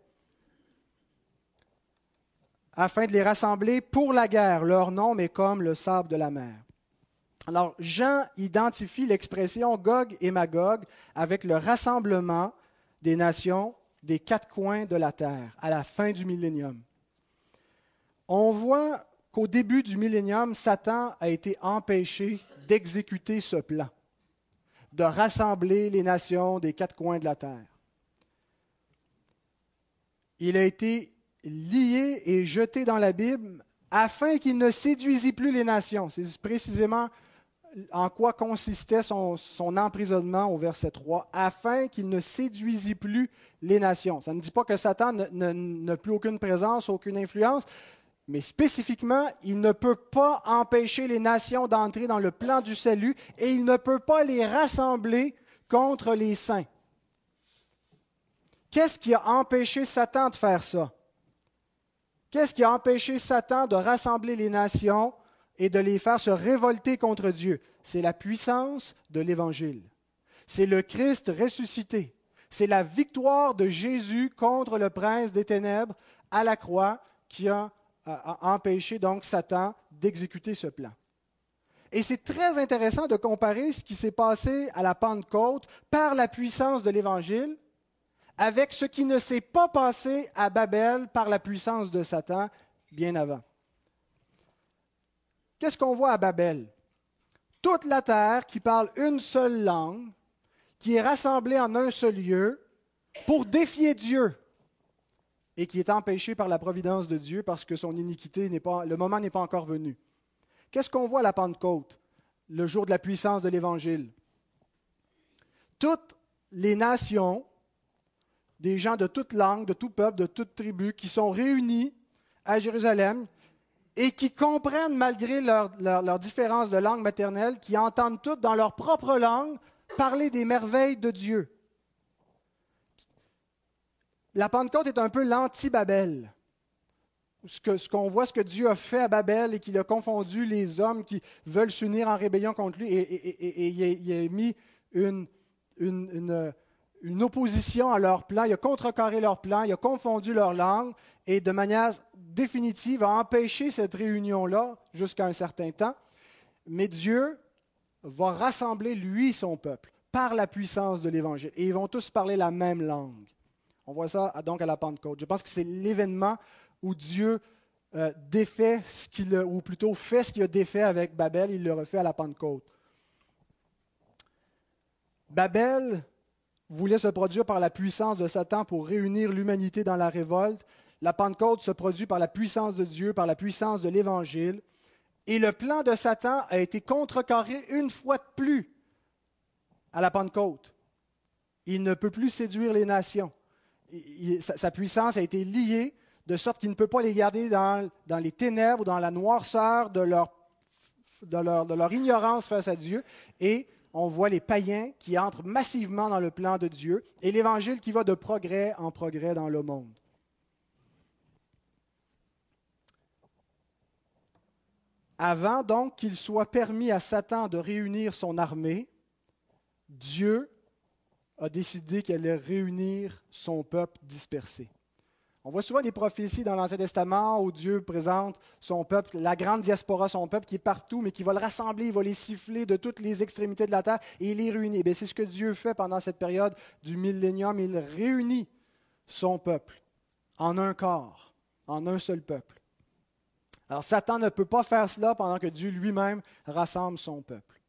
afin de les rassembler pour la guerre. Leur nom est comme le sable de la mer. Alors, Jean identifie l'expression Gog et Magog avec le rassemblement des nations des quatre coins de la terre à la fin du millénium. On voit qu'au début du millénium, Satan a été empêché d'exécuter ce plan, de rassembler les nations des quatre coins de la terre. Il a été lié et jeté dans la Bible afin qu'il ne séduisît plus les nations. C'est précisément en quoi consistait son, son emprisonnement au verset trois, afin qu'il ne séduisît plus les nations. Ça ne dit pas que Satan n'a plus aucune présence, aucune influence, mais spécifiquement, il ne peut pas empêcher les nations d'entrer dans le plan du salut et il ne peut pas les rassembler contre les saints. Qu'est-ce qui a empêché Satan de faire ça? Qu'est-ce qui a empêché Satan de rassembler les nations et de les faire se révolter contre Dieu? C'est la puissance de l'Évangile. C'est le Christ ressuscité. C'est la victoire de Jésus contre le prince des ténèbres à la croix qui a, a, a empêché donc Satan d'exécuter ce plan. Et c'est très intéressant de comparer ce qui s'est passé à la Pentecôte par la puissance de l'Évangile avec ce qui ne s'est pas passé à Babel par la puissance de Satan bien avant. Qu'est-ce qu'on voit à Babel? Toute la terre qui parle une seule langue, qui est rassemblée en un seul lieu pour défier Dieu et qui est empêchée par la providence de Dieu parce que son iniquité n'est pas, le moment n'est pas encore venu. Qu'est-ce qu'on voit à la Pentecôte, le jour de la puissance de l'Évangile? Toutes les nations, des gens de toute langue, de tout peuple, de toute tribu, qui sont réunis à Jérusalem et qui comprennent, malgré leur, leur, leur différence de langue maternelle, qui entendent toutes dans leur propre langue parler des merveilles de Dieu. La Pentecôte est un peu l'anti-Babel. Ce, que, ce qu'on voit, ce que Dieu a fait à Babel et qu'il a confondu les hommes qui veulent s'unir en rébellion contre lui et, et, et, et il, a, il a mis une, une, une, une opposition à leur plan, il a contrecarré leur plan, il a confondu leur langue et de manière définitive a empêché cette réunion-là jusqu'à un certain temps. Mais Dieu va rassembler, lui, son peuple, par la puissance de l'Évangile. Et ils vont tous parler la même langue. On voit ça donc à la Pentecôte. Je pense que c'est l'événement où Dieu euh, défait ce qu'il a, ou plutôt fait ce qu'il a défait avec Babel, il le refait à la Pentecôte. Babel voulait se produire par la puissance de Satan pour réunir l'humanité dans la révolte. La Pentecôte se produit par la puissance de Dieu, par la puissance de l'Évangile. Et le plan de Satan a été contrecarré une fois de plus à la Pentecôte. Il ne peut plus séduire les nations. Il, sa, sa puissance a été liée de sorte qu'il ne peut pas les garder dans, dans les ténèbres, dans la noirceur de leur, de, leur, de leur ignorance face à Dieu. Et on voit les païens qui entrent massivement dans le plan de Dieu et l'Évangile qui va de progrès en progrès dans le monde. Avant donc qu'il soit permis à Satan de réunir son armée, Dieu a décidé qu'il allait réunir son peuple dispersé. On voit souvent des prophéties dans l'Ancien Testament où Dieu présente son peuple, la grande diaspora, son peuple qui est partout, mais qui va le rassembler, il va les siffler de toutes les extrémités de la terre et il les réunit. Bien, c'est ce que Dieu fait pendant cette période du millénium. Il réunit son peuple en un corps, en un seul peuple. Alors, Satan ne peut pas faire cela pendant que Dieu lui-même rassemble son peuple.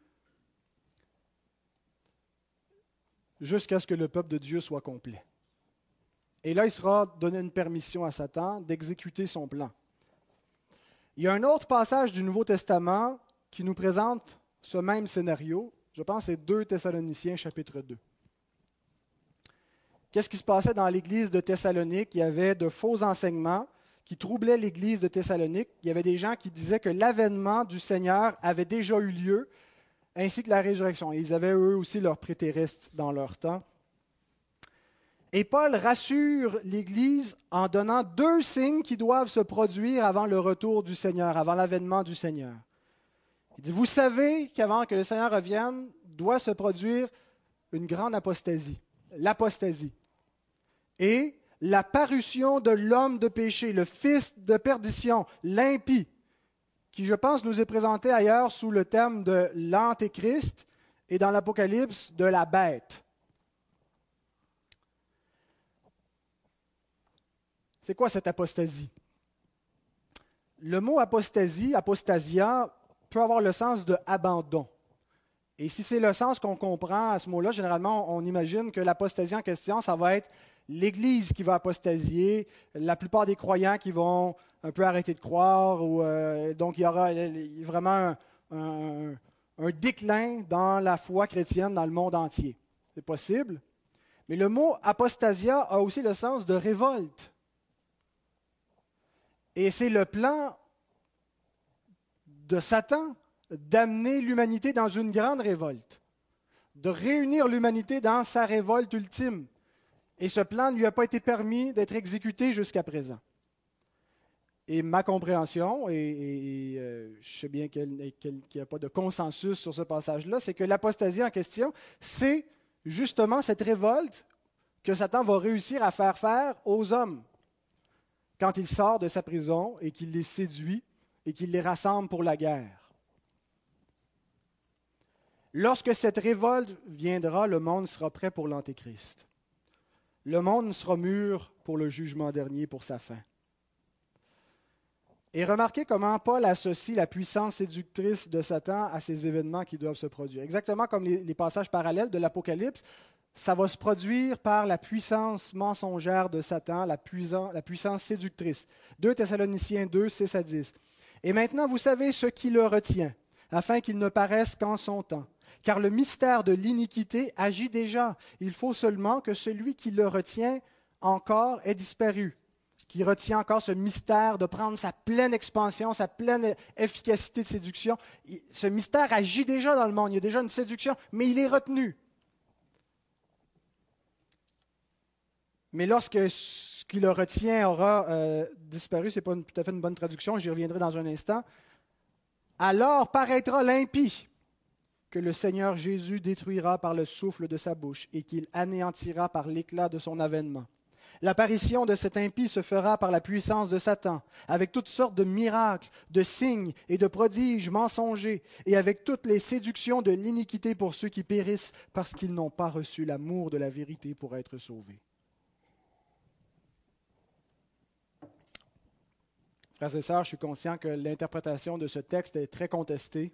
Jusqu'à ce que le peuple de Dieu soit complet. Et là, il sera donné une permission à Satan d'exécuter son plan. Il y a un autre passage du Nouveau Testament qui nous présente ce même scénario. Je pense que c'est deux Thessaloniciens, chapitre deux. Qu'est-ce qui se passait dans l'église de Thessalonique? Il y avait de faux enseignements qui troublait l'Église de Thessalonique. Il y avait des gens qui disaient que l'avènement du Seigneur avait déjà eu lieu, ainsi que la résurrection. Ils avaient eux aussi leur prétériste dans leur temps. Et Paul rassure l'Église en donnant deux signes qui doivent se produire avant le retour du Seigneur, avant l'avènement du Seigneur. Il dit, vous savez qu'avant que le Seigneur revienne, doit se produire une grande apostasie, l'apostasie. Et la parution de l'homme de péché, le fils de perdition, l'impie, qui, je pense, nous est présenté ailleurs sous le terme de l'Antéchrist et dans l'Apocalypse de la bête. C'est quoi cette apostasie? Le mot apostasie, apostasia, peut avoir le sens de abandon. Et si c'est le sens qu'on comprend à ce mot-là, généralement, on imagine que l'apostasie en question, ça va être l'Église qui va apostasier, la plupart des croyants qui vont un peu arrêter de croire, ou, euh, donc il y aura vraiment un, un, un déclin dans la foi chrétienne dans le monde entier. C'est possible. Mais le mot apostasia a aussi le sens de révolte. Et c'est le plan de Satan d'amener l'humanité dans une grande révolte, de réunir l'humanité dans sa révolte ultime. Et ce plan ne lui a pas été permis d'être exécuté jusqu'à présent. Et ma compréhension, et, et, et euh, je sais bien qu'il n'y a pas de consensus sur ce passage-là, c'est que l'apostasie en question, c'est justement cette révolte que Satan va réussir à faire faire aux hommes quand il sort de sa prison et qu'il les séduit et qu'il les rassemble pour la guerre. Lorsque cette révolte viendra, le monde sera prêt pour l'Antéchrist. Le monde sera mûr pour le jugement dernier, pour sa fin. Et remarquez comment Paul associe la puissance séductrice de Satan à ces événements qui doivent se produire. Exactement comme les, les passages parallèles de l'Apocalypse, ça va se produire par la puissance mensongère de Satan, la, puissance, la puissance séductrice. deux Thessaloniciens deux, six à dix. Et maintenant, vous savez ce qui le retient, afin qu'il ne paraisse qu'en son temps. Car le mystère de l'iniquité agit déjà. Il faut seulement que celui qui le retient encore ait disparu, qui retient encore ce mystère de prendre sa pleine expansion, sa pleine efficacité de séduction. Ce mystère agit déjà dans le monde. Il y a déjà une séduction, mais il est retenu. Mais lorsque ce qui le retient aura euh, disparu, ce n'est pas une, tout à fait une bonne traduction, j'y reviendrai dans un instant, alors paraîtra l'impie que le Seigneur Jésus détruira par le souffle de sa bouche et qu'il anéantira par l'éclat de son avènement. L'apparition de cet impie se fera par la puissance de Satan, avec toutes sortes de miracles, de signes et de prodiges mensongers, et avec toutes les séductions de l'iniquité pour ceux qui périssent parce qu'ils n'ont pas reçu l'amour de la vérité pour être sauvés. Frères et sœurs, je suis conscient que l'interprétation de ce texte est très contestée.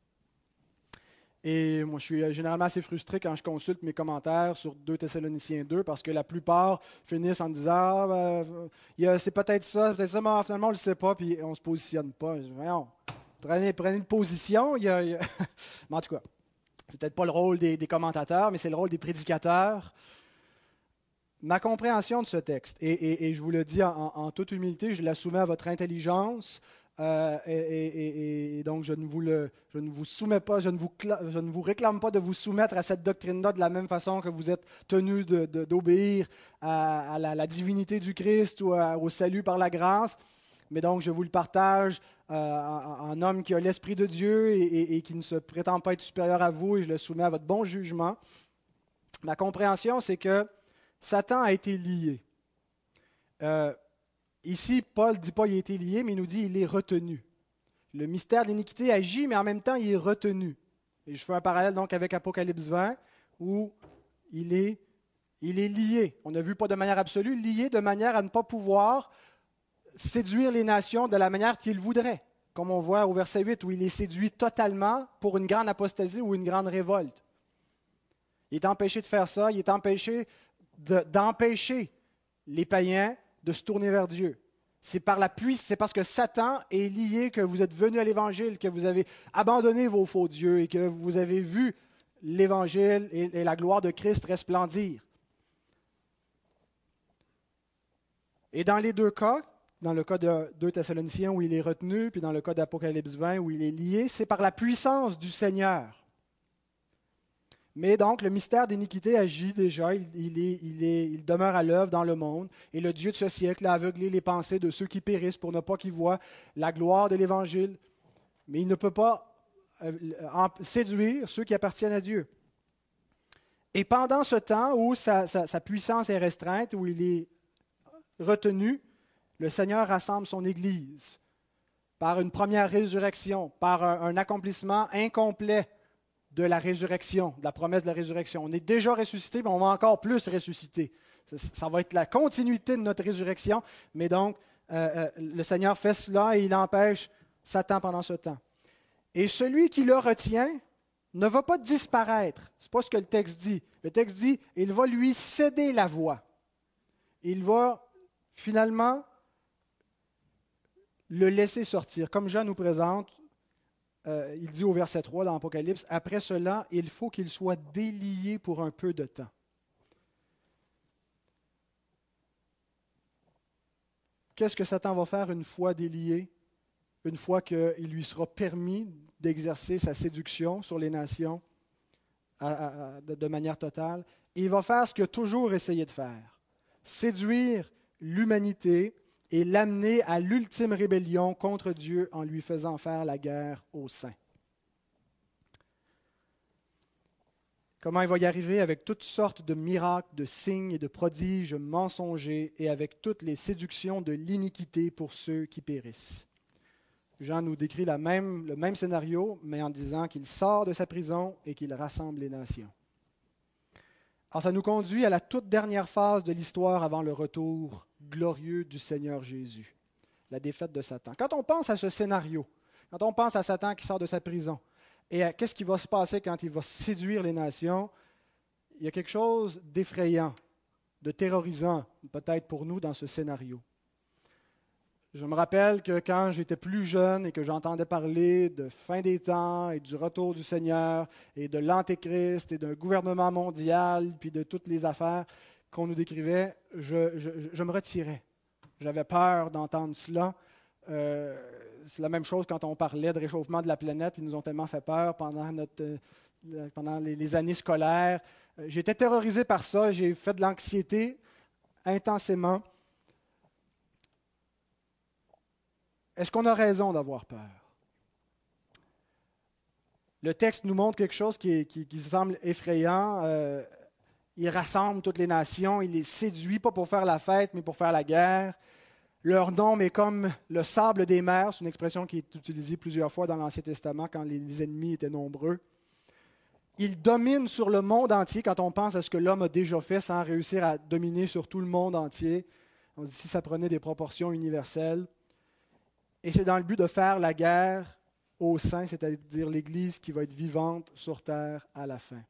Et moi, je suis généralement assez frustré quand je consulte mes commentaires sur deux Thessaloniciens deux, parce que la plupart finissent en disant ah, ben, c'est peut-être ça, c'est peut-être ça, mais finalement on ne le sait pas, puis on ne se positionne pas. Je dis, voyons, prenez, prenez une position. Il y a, il y a... mais en tout cas, c'est peut-être pas le rôle des, des commentateurs, mais c'est le rôle des prédicateurs. Ma compréhension de ce texte, et, et, et je vous le dis en, en toute humilité, je la soumets à votre intelligence, euh, et, et, et donc je ne, vous le, je ne vous soumets pas, je ne vous, je ne vous réclame pas de vous soumettre à cette doctrine-là de la même façon que vous êtes tenu de, de, d'obéir à, à la, la divinité du Christ ou à, au salut par la grâce, mais donc je vous le partage euh, en, en homme qui a l'Esprit de Dieu et, et, et qui ne se prétend pas être supérieur à vous, et je le soumets à votre bon jugement. Ma compréhension, c'est que Satan a été lié. Euh, ici, Paul ne dit pas qu'il a été lié, mais il nous dit qu'il est retenu. Le mystère de l'iniquité agit, mais en même temps, il est retenu. Et je fais un parallèle donc avec Apocalypse vingt, où il est, il est lié. On a vu pas de manière absolue, lié de manière à ne pas pouvoir séduire les nations de la manière qu'il voudrait. Comme on voit au verset huit, où il est séduit totalement pour une grande apostasie ou une grande révolte. Il est empêché de faire ça, il est empêché De, d'empêcher les païens de se tourner vers Dieu. C'est, par la puissance, c'est parce que Satan est lié que vous êtes venus à l'Évangile, que vous avez abandonné vos faux dieux et que vous avez vu l'Évangile et, et la gloire de Christ resplendir. Et dans les deux cas, dans le cas de deux Thessaloniciens où il est retenu, puis dans le cas d'Apocalypse vingt où il est lié, c'est par la puissance du Seigneur. Mais donc, le mystère d'iniquité agit déjà, il, il, est, il, est, il demeure à l'œuvre dans le monde, et le Dieu de ce siècle a aveuglé les pensées de ceux qui périssent pour ne pas qu'ils voient la gloire de l'Évangile, mais il ne peut pas euh, séduire ceux qui appartiennent à Dieu. Et pendant ce temps où sa, sa, sa puissance est restreinte, où il est retenu, le Seigneur rassemble son Église par une première résurrection, par un, un accomplissement incomplet de la résurrection, de la promesse de la résurrection. On est déjà ressuscité, mais on va encore plus ressusciter. Ça, ça va être la continuité de notre résurrection, mais donc euh, euh, le Seigneur fait cela et il empêche Satan pendant ce temps. Et celui qui le retient ne va pas disparaître. Ce n'est pas ce que le texte dit. Le texte dit, il va lui céder la voie. Il va finalement le laisser sortir. Comme Jean nous présente, euh, il dit au verset trois dans l'Apocalypse, « Après cela, il faut qu'il soit délié pour un peu de temps. » Qu'est-ce que Satan va faire une fois délié? Une fois qu'il lui sera permis d'exercer sa séduction sur les nations à, à, de, de manière totale, il va faire ce qu'il a toujours essayé de faire, séduire l'humanité et l'amener à l'ultime rébellion contre Dieu en lui faisant faire la guerre aux saints. Comment il va y arriver? Avec toutes sortes de miracles, de signes et de prodiges mensongers et avec toutes les séductions de l'iniquité pour ceux qui périssent. Jean nous décrit la même, le même scénario, mais en disant qu'il sort de sa prison et qu'il rassemble les nations. Alors ça nous conduit à la toute dernière phase de l'histoire avant le retour glorieux du Seigneur Jésus, la défaite de Satan. Quand on pense à ce scénario, quand on pense à Satan qui sort de sa prison, et à qu'est-ce qui va se passer quand il va séduire les nations, il y a quelque chose d'effrayant, de terrorisant, peut-être pour nous, dans ce scénario. Je me rappelle que quand j'étais plus jeune et que j'entendais parler de fin des temps et du retour du Seigneur et de l'Antéchrist et d'un gouvernement mondial, puis de toutes les affaires qu'on nous décrivait, je, je, je me retirais. J'avais peur d'entendre cela. Euh, c'est la même chose quand on parlait de réchauffement de la planète. Ils nous ont tellement fait peur pendant, notre, euh, pendant les, les années scolaires. Euh, j'étais terrorisé par ça. J'ai fait de l'anxiété intensément. Est-ce qu'on a raison d'avoir peur? Le texte nous montre quelque chose qui, qui, qui semble effrayant. Euh, il rassemble toutes les nations, il les séduit, pas pour faire la fête, mais pour faire la guerre. Leur nom est comme le sable des mers, c'est une expression qui est utilisée plusieurs fois dans l'Ancien Testament quand les, les ennemis étaient nombreux. Il domine sur le monde entier quand on pense à ce que l'homme a déjà fait sans réussir à dominer sur tout le monde entier. On dit si ça prenait des proportions universelles. Et c'est dans le but de faire la guerre aux saints, c'est-à-dire l'Église qui va être vivante sur terre à la fin.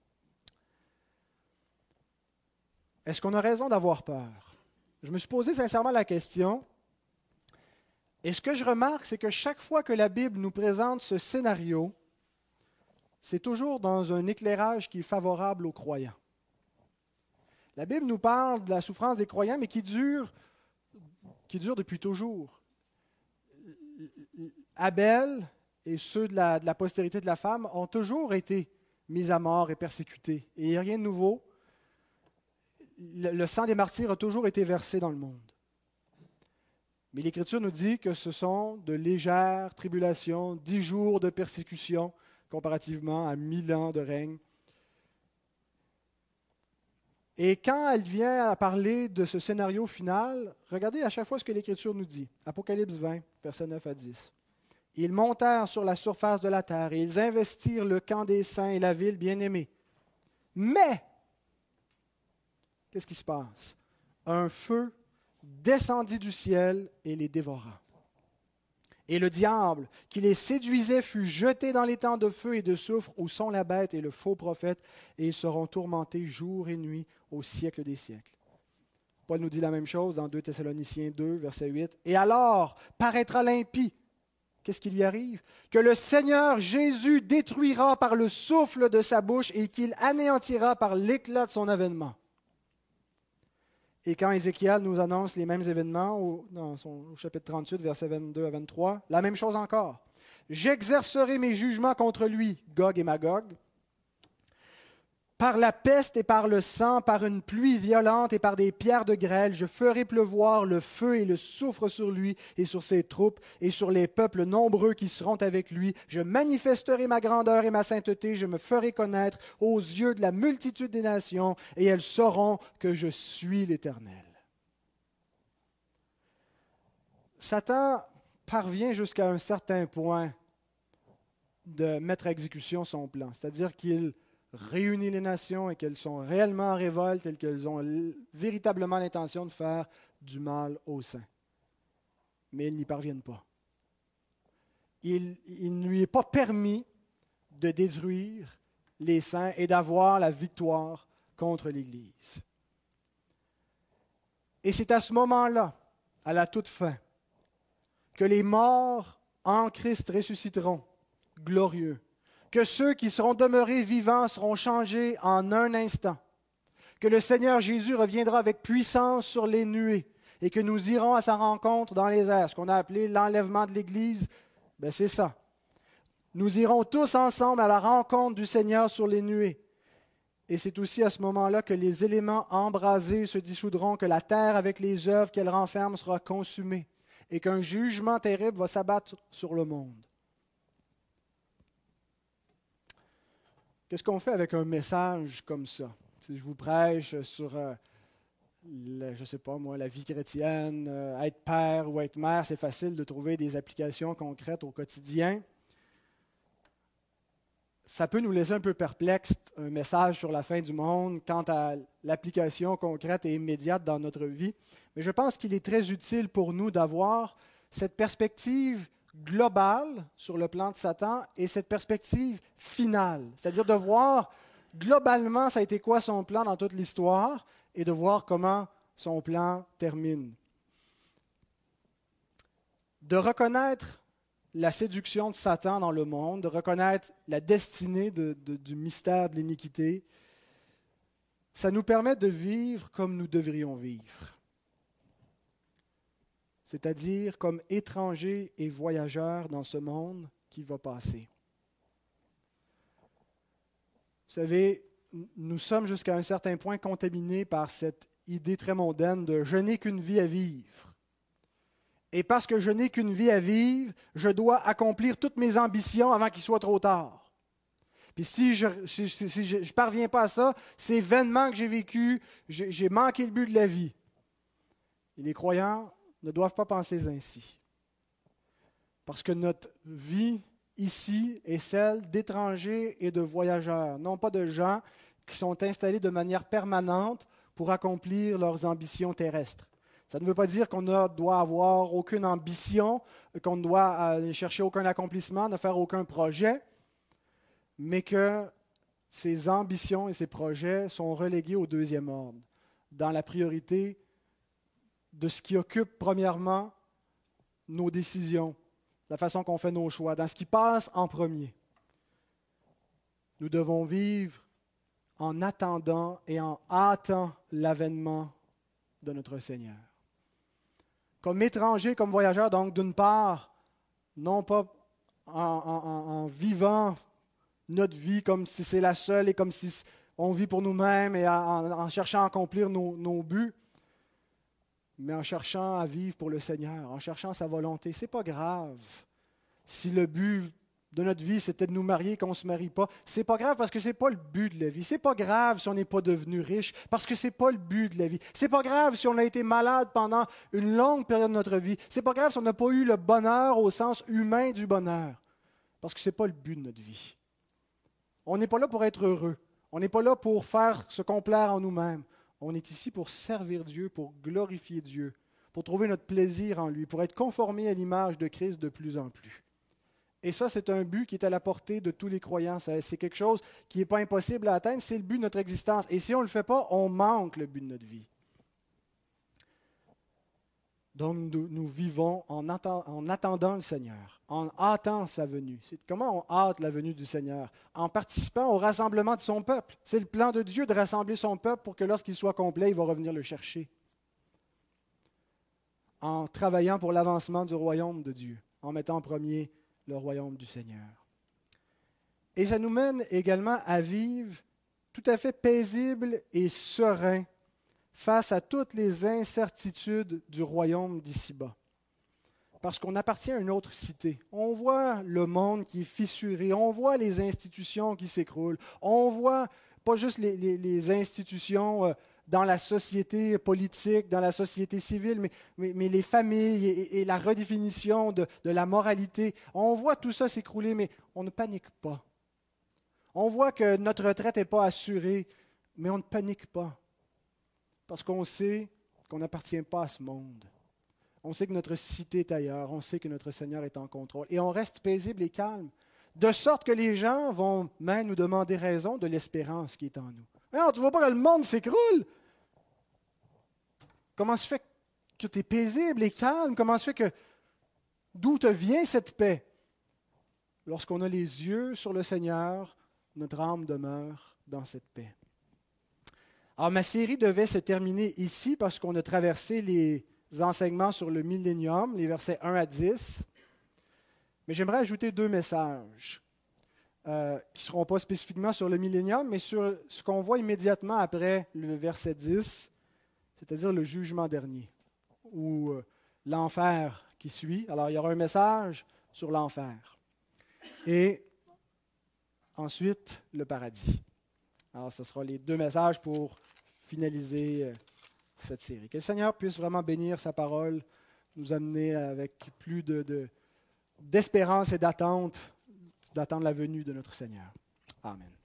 Est-ce qu'on a raison d'avoir peur? Je me suis posé sincèrement la question. Et ce que je remarque, c'est que chaque fois que la Bible nous présente ce scénario, c'est toujours dans un éclairage qui est favorable aux croyants. La Bible nous parle de la souffrance des croyants, mais qui dure, qui dure depuis toujours. Abel et ceux de la, de la postérité de la femme ont toujours été mis à mort et persécutés. Et il n'y a rien de nouveau. Le, le sang des martyrs a toujours été versé dans le monde. Mais l'Écriture nous dit que ce sont de légères tribulations, dix jours de persécution comparativement à mille ans de règne. Et quand elle vient à parler de ce scénario final, regardez à chaque fois ce que l'Écriture nous dit. Apocalypse vingt, versets neuf à dix. Ils montèrent sur la surface de la terre et ils investirent le camp des saints et la ville bien-aimée. Mais, qu'est-ce qui se passe? Un feu descendit du ciel et les dévora. Et le diable, qui les séduisait, fut jeté dans les temps de feu et de soufre où sont la bête et le faux prophète, et ils seront tourmentés jour et nuit au siècle des siècles. Paul nous dit la même chose dans deux Thessaloniciens deux, verset huit. Et alors paraîtra l'impie. Qu'est-ce qui lui arrive? Que le Seigneur Jésus détruira par le souffle de sa bouche et qu'il anéantira par l'éclat de son avènement. Et quand Ézéchiel nous annonce les mêmes événements, au, dans son, au chapitre trente-huit, versets vingt-deux à vingt-trois, la même chose encore. « J'exercerai mes jugements contre lui, Gog et Magog, par la peste et par le sang, par une pluie violente et par des pierres de grêle, je ferai pleuvoir le feu et le soufre sur lui et sur ses troupes et sur les peuples nombreux qui seront avec lui. Je manifesterai ma grandeur et ma sainteté, je me ferai connaître aux yeux de la multitude des nations et elles sauront que je suis l'Éternel. » Satan parvient jusqu'à un certain point de mettre à exécution son plan, c'est-à-dire qu'il réunit les nations et qu'elles sont réellement en révolte et qu'elles ont véritablement l'intention de faire du mal aux saints. Mais ils n'y parviennent pas. Il, il ne lui est pas permis de détruire les saints et d'avoir la victoire contre l'Église. Et c'est à ce moment-là, à la toute fin, que les morts en Christ ressusciteront, glorieux, que ceux qui seront demeurés vivants seront changés en un instant, que le Seigneur Jésus reviendra avec puissance sur les nuées et que nous irons à sa rencontre dans les airs, ce qu'on a appelé l'enlèvement de l'Église, ben c'est ça. Nous irons tous ensemble à la rencontre du Seigneur sur les nuées. Et c'est aussi à ce moment-là que les éléments embrasés se dissoudront, que la terre avec les œuvres qu'elle renferme sera consumée et qu'un jugement terrible va s'abattre sur le monde. Qu'est-ce qu'on fait avec un message comme ça? Si je vous prêche sur, euh, le, je ne sais pas moi, la vie chrétienne, euh, être père ou être mère, c'est facile de trouver des applications concrètes au quotidien. Ça peut nous laisser un peu perplexes, un message sur la fin du monde, quant à l'application concrète et immédiate dans notre vie. Mais je pense qu'il est très utile pour nous d'avoir cette perspective globale sur le plan de Satan et cette perspective finale, c'est-à-dire de voir globalement ça a été quoi son plan dans toute l'histoire et de voir comment son plan termine. De reconnaître la séduction de Satan dans le monde, de reconnaître la destinée de, de, du mystère de l'iniquité, ça nous permet de vivre comme nous devrions vivre. C'est-à-dire comme étrangers et voyageurs dans ce monde qui va passer. Vous savez, nous sommes jusqu'à un certain point contaminés par cette idée très mondaine de « je n'ai qu'une vie à vivre ». Et parce que je n'ai qu'une vie à vivre, je dois accomplir toutes mes ambitions avant qu'il soit trop tard. Puis si je ne si, si, si je, je parviens pas à ça, c'est vainement que j'ai vécu, j'ai, j'ai manqué le but de la vie. Et les croyants ne doivent pas penser ainsi. Parce que notre vie ici est celle d'étrangers et de voyageurs, non pas de gens qui sont installés de manière permanente pour accomplir leurs ambitions terrestres. Ça ne veut pas dire qu'on ne doit avoir aucune ambition, qu'on ne doit aller chercher aucun accomplissement, ne faire aucun projet, mais que ces ambitions et ces projets sont relégués au deuxième ordre, dans la priorité de ce qui occupe premièrement nos décisions, la façon qu'on fait nos choix, dans ce qui passe en premier. Nous devons vivre en attendant et en hâtant l'avènement de notre Seigneur. Comme étrangers, comme voyageurs, donc d'une part, non pas en, en, en vivant notre vie comme si c'est la seule et comme si on vit pour nous-mêmes et en, en cherchant à accomplir nos, nos buts, mais en cherchant à vivre pour le Seigneur, en cherchant sa volonté. Ce n'est pas grave si le but de notre vie, c'était de nous marier et qu'on ne se marie pas. Ce n'est pas grave parce que ce n'est pas le but de la vie. Ce n'est pas grave si on n'est pas devenu riche parce que ce n'est pas le but de la vie. Ce n'est pas grave si on a été malade pendant une longue période de notre vie. Ce n'est pas grave si on n'a pas eu le bonheur au sens humain du bonheur parce que ce n'est pas le but de notre vie. On n'est pas là pour être heureux. On n'est pas là pour faire se complaire en nous-mêmes. On est ici pour servir Dieu, pour glorifier Dieu, pour trouver notre plaisir en lui, pour être conformé à l'image de Christ de plus en plus. Et ça, c'est un but qui est à la portée de tous les croyants. C'est quelque chose qui n'est pas impossible à atteindre, c'est le but de notre existence. Et si on ne le fait pas, on manque le but de notre vie. Donc, nous, nous vivons en, attend, en attendant le Seigneur, en hâtant sa venue. C'est comment on hâte la venue du Seigneur? En participant au rassemblement de son peuple. C'est le plan de Dieu de rassembler son peuple pour que lorsqu'il soit complet, il va revenir le chercher. en travaillant pour l'avancement du royaume de Dieu, en mettant en premier le royaume du Seigneur. Et ça nous mène également à vivre tout à fait paisible et serein face à toutes les incertitudes du royaume d'ici-bas. Parce qu'on appartient à une autre cité. On voit le monde qui est fissuré, on voit les institutions qui s'écroulent, on voit pas juste les, les, les institutions euh, dans la société politique, dans la société civile, mais, mais, mais les familles et, et la redéfinition de, de la moralité. On voit tout ça s'écrouler, mais on ne panique pas. On voit que notre retraite n'est pas assurée, mais on ne panique pas. Parce qu'on sait qu'on n'appartient pas à ce monde. On sait que notre cité est ailleurs, on sait que notre Seigneur est en contrôle. Et on reste paisible et calme, de sorte que les gens vont même nous demander raison de l'espérance qui est en nous. Alors, tu ne vois pas que le monde s'écroule? Comment se fait que tu es paisible et calme? Comment se fait que... D'où te vient cette paix? Lorsqu'on a les yeux sur le Seigneur, notre âme demeure dans cette paix. Alors, ma série devait se terminer ici parce qu'on a traversé les enseignements sur le millénium, les versets un à dix. Mais j'aimerais ajouter deux messages euh, qui ne seront pas spécifiquement sur le millénium, mais sur ce qu'on voit immédiatement après le verset dix, c'est-à-dire le jugement dernier, ou euh, l'enfer qui suit. Alors, il y aura un message sur l'enfer. Et ensuite, le paradis. Alors, ce sera les deux messages pour finaliser euh, cette série. Que le Seigneur puisse vraiment bénir sa parole, nous amener avec plus de, de, d'espérance et d'attente, d'attendre la venue de notre Seigneur. Amen.